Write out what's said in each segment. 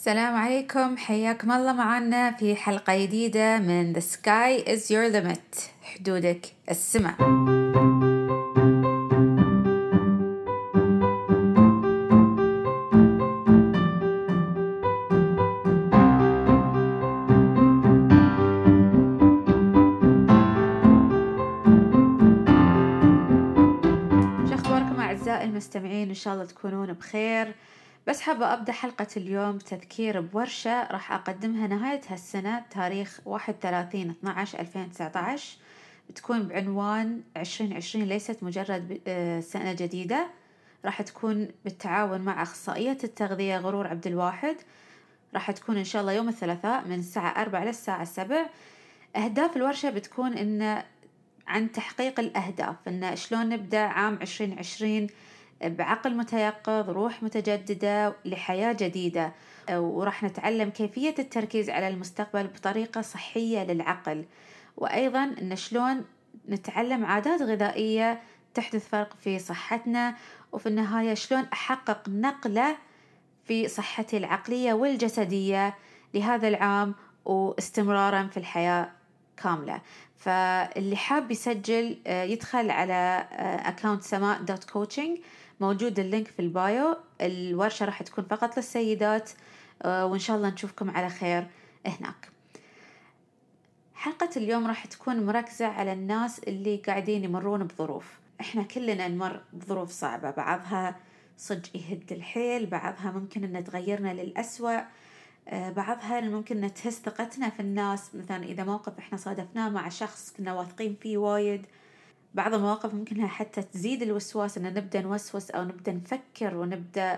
السلام عليكم، حياكم الله معنا في حلقة جديدة من The Sky is Your Limit. حدودك السماء. شو أخباركم أعزائي المستمعين؟ إن شاء الله تكونون بخير. بس حابة أبدأ حلقة اليوم بتذكير بورشة راح أقدمها نهاية هالسنة تاريخ 31/12/2019. بتكون بعنوان 2020 ليست مجرد سنة جديدة. راح تكون بالتعاون مع أخصائية التغذية غرور عبد الواحد. راح تكون إن شاء الله يوم الثلاثاء من الساعة 4 للساعة 7. أهداف الورشة بتكون إن عن تحقيق الأهداف، إن شلون نبدأ عام 2020 بعقل متيقظ، روح متجددة لحياة جديدة. وراح نتعلم كيفية التركيز على المستقبل بطريقة صحية للعقل، وأيضا إن شلون نتعلم عادات غذائية تحدث فرق في صحتنا، وفي النهاية شلون أحقق نقلة في صحتي العقلية والجسدية لهذا العام واستمرارا في الحياة كاملة. فاللي حاب يسجل يدخل على أكاونت سماء.coaching، موجود اللينك في البايو. الورشة راح تكون فقط للسيدات، وإن شاء الله نشوفكم على خير هناك. حلقة اليوم راح تكون مركزة على الناس اللي قاعدين يمرون بظروف. إحنا كلنا نمر بظروف صعبة، بعضها صدق يهد الحيل، بعضها ممكن أن تغيرنا للأسوأ، بعضها ممكن أن تهز ثقتنا في الناس. مثلا إذا موقف إحنا صادفناه مع شخص كنا واثقين فيه وايد، بعض المواقف ممكنها حتى تزيد الوسواس، أن نبدأ نوسوس أو نبدأ نفكر ونبدأ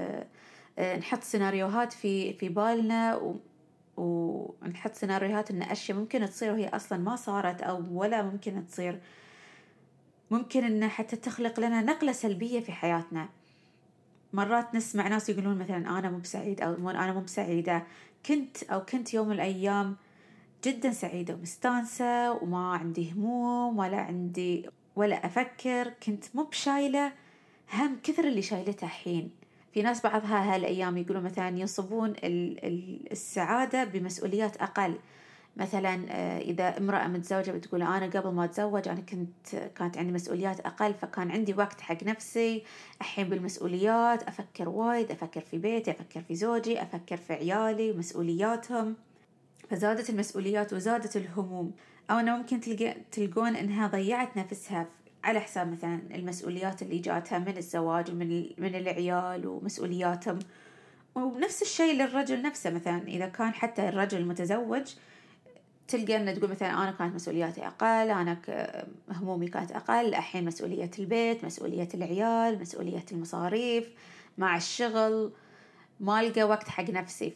نحط سيناريوهات في بالنا، ونحط سيناريوهات أن أشياء ممكن تصير وهي أصلا ما صارت أو ولا ممكن تصير. ممكن أن حتى تخلق لنا نقلة سلبية في حياتنا. مرات نسمع ناس يقولون مثلا أنا مو بسعيد أو أنا مو بسعيدة، كنت يوم من الأيام جدا سعيدة ومستانسة وما عندي هموم ولا أفكر، كنت مو بشايلة هم كثر اللي شايلته حين. في ناس بعضها هالأيام يقولون مثلا ينصبون السعادة بمسؤوليات أقل. مثلا إذا امرأة متزوجة بتقول أنا قبل ما أتزوج أنا كانت عندي مسؤوليات أقل، فكان عندي وقت حق نفسي. الحين بالمسؤوليات أفكر وايد، أفكر في بيتي، أفكر في زوجي، أفكر في عيالي ومسؤولياتهم، فزادت المسؤوليات وزادت الهموم. أو أنه ممكن تلقون أنها ضيعت نفسها على حساب مثلا المسؤوليات اللي جاتها من الزواج ومن العيال ومسؤولياتهم. ونفس الشيء للرجل نفسه، مثلا إذا كان حتى الرجل متزوج تلقى أن تقول مثلا أنا كانت مسؤولياتي أقل، أنا همومي كانت أقل، الحين مسؤولية البيت، مسؤولية العيال، مسؤولية المصاريف مع الشغل، ما ألقى وقت حق نفسي.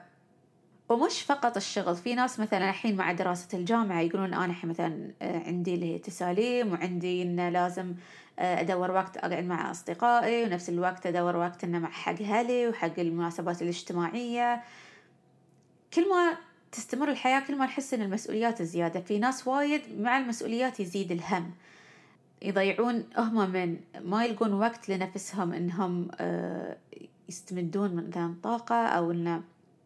ومش فقط الشغل، في ناس مثلا الحين مع دراسة الجامعة يقولون أنا الحين مثلا عندي اللي هي تساليم، وعندي إن لازم أدور وقت أقعد مع أصدقائي، ونفس الوقت أدور وقت إنه مع حق أهلي وحق المناسبات الاجتماعية. كل ما تستمر الحياة كل ما نحس إن المسؤوليات زيادة. في ناس وايد مع المسؤوليات يزيد الهم، يضيعون هم من ما يلقون وقت لنفسهم إنهم يستمدون من مثلا طاقة، أو إنه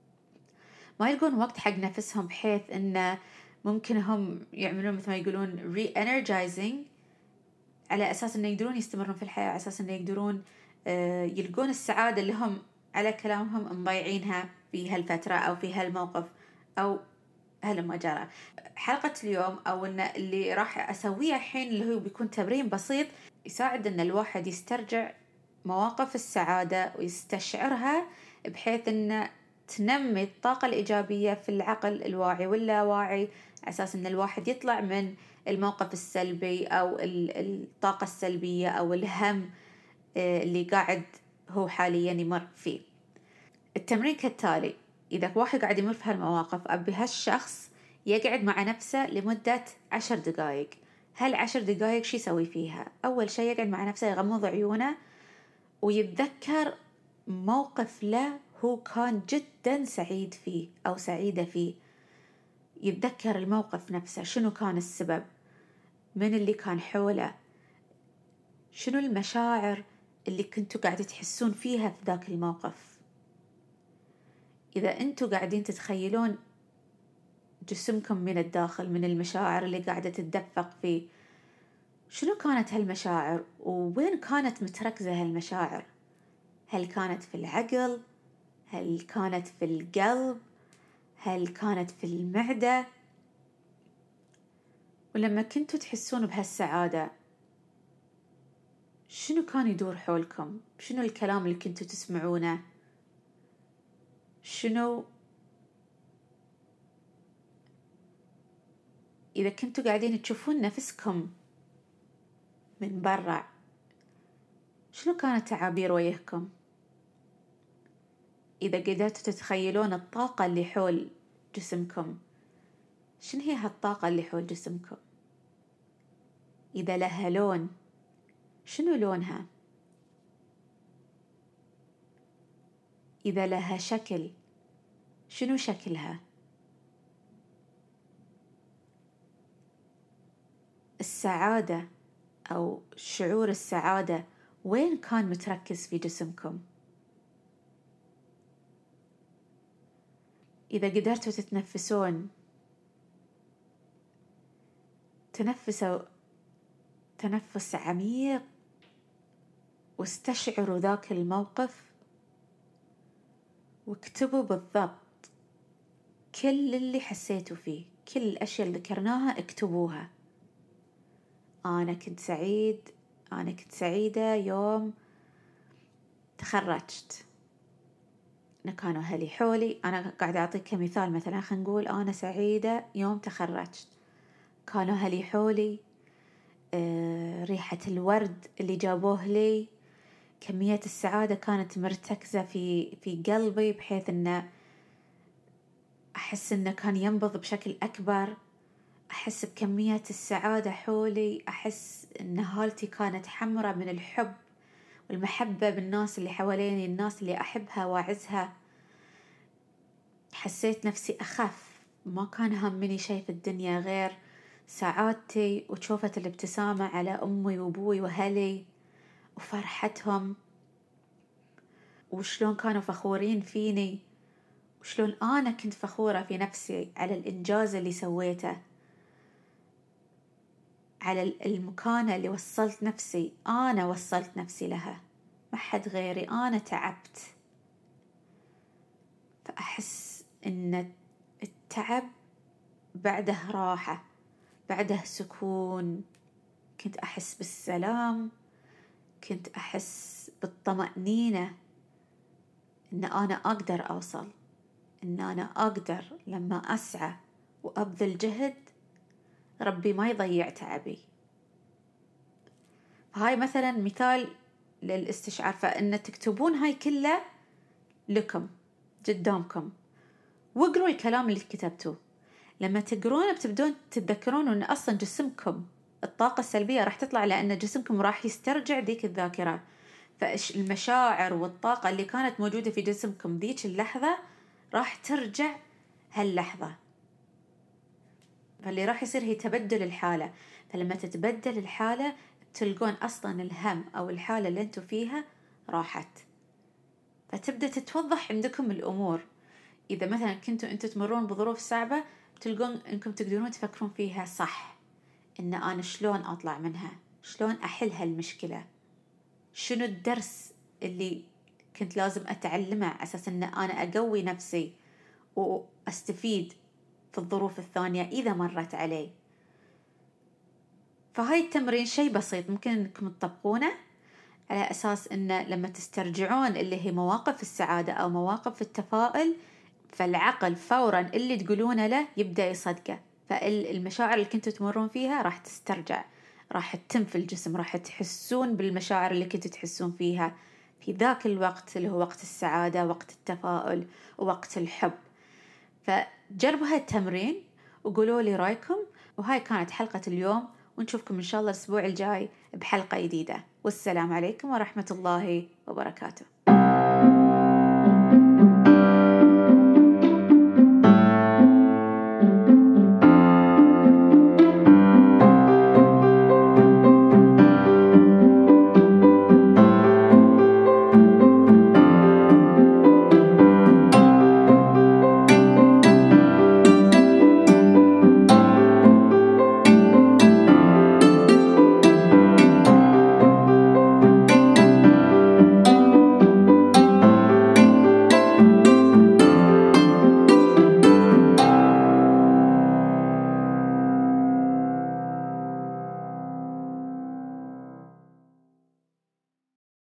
ما يلقون وقت حق نفسهم، بحيث إنه ممكن هم يعملون مثل ما يقولون re-energizing، على أساس إنه يقدرون يستمرون في الحياة، على أساس إنه يقدرون يلقون السعادة اللي هم على كلامهم مضيعينها في هالفترة أو في هالموقف أو هالمجال. حلقة اليوم أو إن اللي راح أسويه الحين اللي هو بيكون تمرين بسيط يساعد إن الواحد يسترجع مواقف السعادة ويستشعرها، بحيث إن تنمي الطاقة الإيجابية في العقل الواعي واللاواعي، على أساس إن الواحد يطلع من الموقف السلبي أو الطاقة السلبية أو الهم اللي قاعد هو حاليا يمر فيه. التمرين كالتالي: إذا واحد قاعد يمر في هالمواقف، أبي هالشخص يقعد مع نفسه لمدة 10 دقائق. 10 دقائق شي يسوي فيها؟ أول شيء يقعد مع نفسه، يغمض عيونه ويتذكر موقف له هو كان جدا سعيد فيه أو سعيدة فيه. يتذكر الموقف نفسه، شنو كان السبب، من اللي كان حوله، شنو المشاعر اللي كنتوا قاعد تحسون فيها في ذاك الموقف. إذا أنتوا قاعدين تتخيلون جسمكم من الداخل، من المشاعر اللي قاعدة تتدفق فيه، شنو كانت هالمشاعر ووين كانت متركزة هالمشاعر؟ هل كانت في العقل؟ هل كانت في القلب؟ هل كانت في المعدة؟ ولما كنتوا تحسون بهالسعادة شنو كان يدور حولكم؟ شنو الكلام اللي كنتوا تسمعونه؟ شنو إذا كنتوا قاعدين تشوفون نفسكم من برا، شنو كانت تعابير وجهكم؟ إذا قدرتوا تتخيلون الطاقة اللي حول جسمكم، شنو هي هالطاقة اللي حول جسمكم؟ إذا لها لون، شنو لونها؟ إذا لها شكل، شنو شكلها؟ السعادة أو شعور السعادة وين كان متركز في جسمكم؟ إذا قدرتوا تتنفسون، تنفسوا تنفس عميق واستشعروا ذاك الموقف، واكتبوا بالضبط كل اللي حسيتوا فيه، كل الأشياء اللي ذكرناها اكتبوها. أنا كنت سعيدة يوم تخرجت، كانوا أهلي حولي. أنا قاعدة أعطيك كمثال، مثلا خلينا نقول أنا سعيدة يوم تخرجت، كانوا أهلي حولي، ريحة الورد اللي جابوه لي، كمية السعادة كانت مرتكزة في قلبي، بحيث أنه أحس أنه كان ينبض بشكل أكبر، أحس بكمية السعادة حولي، أحس أن هالتي كانت حمرة من الحب والمحبة بالناس اللي حواليني، الناس اللي أحبها وأعزها. حسيت نفسي أخف، ما كان همني شيء في الدنيا غير سعادتي وشوفة الابتسامة على أمي وأبوي وأهلي وفرحتهم، وشلون كانوا فخورين فيني، وشلون أنا كنت فخورة في نفسي على الإنجاز اللي سويته، على المكانة اللي أنا وصلت نفسي لها، ما حد غيري، أنا تعبت. فأحس إن التعب بعده راحة، بعده سكون، كنت أحس بالسلام، كنت أحس بالطمأنينة، إن أنا أقدر أوصل، إن أنا أقدر لما أسعى وأبذل جهد ربي ما يضيع تعبي. هاي مثلا مثال للاستشعار، فإن تكتبون هاي كله لكم قدامكم، واقروا الكلام اللي كتبتوه. لما تقرونه بتبدون تتذكرون أن أصلا جسمكم الطاقة السلبية راح تطلع، لأن جسمكم راح يسترجع ذيك الذاكرة، فالمشاعر والطاقة اللي كانت موجودة في جسمكم ذيك اللحظة راح ترجع هاللحظة. فاللي راح يصير هي تبدل الحالة، فلما تتبدل الحالة تلقون أصلا الهم أو الحالة اللي أنتوا فيها راحت، فتبدأ تتوضح عندكم الأمور. إذا مثلا كنتوا أنتوا تمرون بظروف صعبة تلقون أنكم تقدرون تفكرون فيها صح، إن أنا شلون أطلع منها، شلون أحل هالمشكلة، شنو الدرس اللي كنت لازم أتعلمه على أساس أن أنا أقوي نفسي وأستفيد في الظروف الثانية إذا مرت علي. فهاي التمرين شيء بسيط ممكن أنكم تطبقونه، على أساس أن لما تسترجعون اللي هي مواقف السعادة أو مواقف التفاؤل، فالعقل فورا اللي تقولونه له يبدأ يصدقه، فالمشاعر اللي كنتوا تمرون فيها راح تسترجع، راح تتم في الجسم، راح تحسون بالمشاعر اللي كنتوا تحسون فيها في ذاك الوقت اللي هو وقت السعادة، وقت التفاؤل، ووقت الحب. فجربوا هالتمرين وقولوا لي رأيكم. وهاي كانت حلقة اليوم، ونشوفكم إن شاء الله الأسبوع الجاي بحلقة جديدة، والسلام عليكم ورحمة الله وبركاته.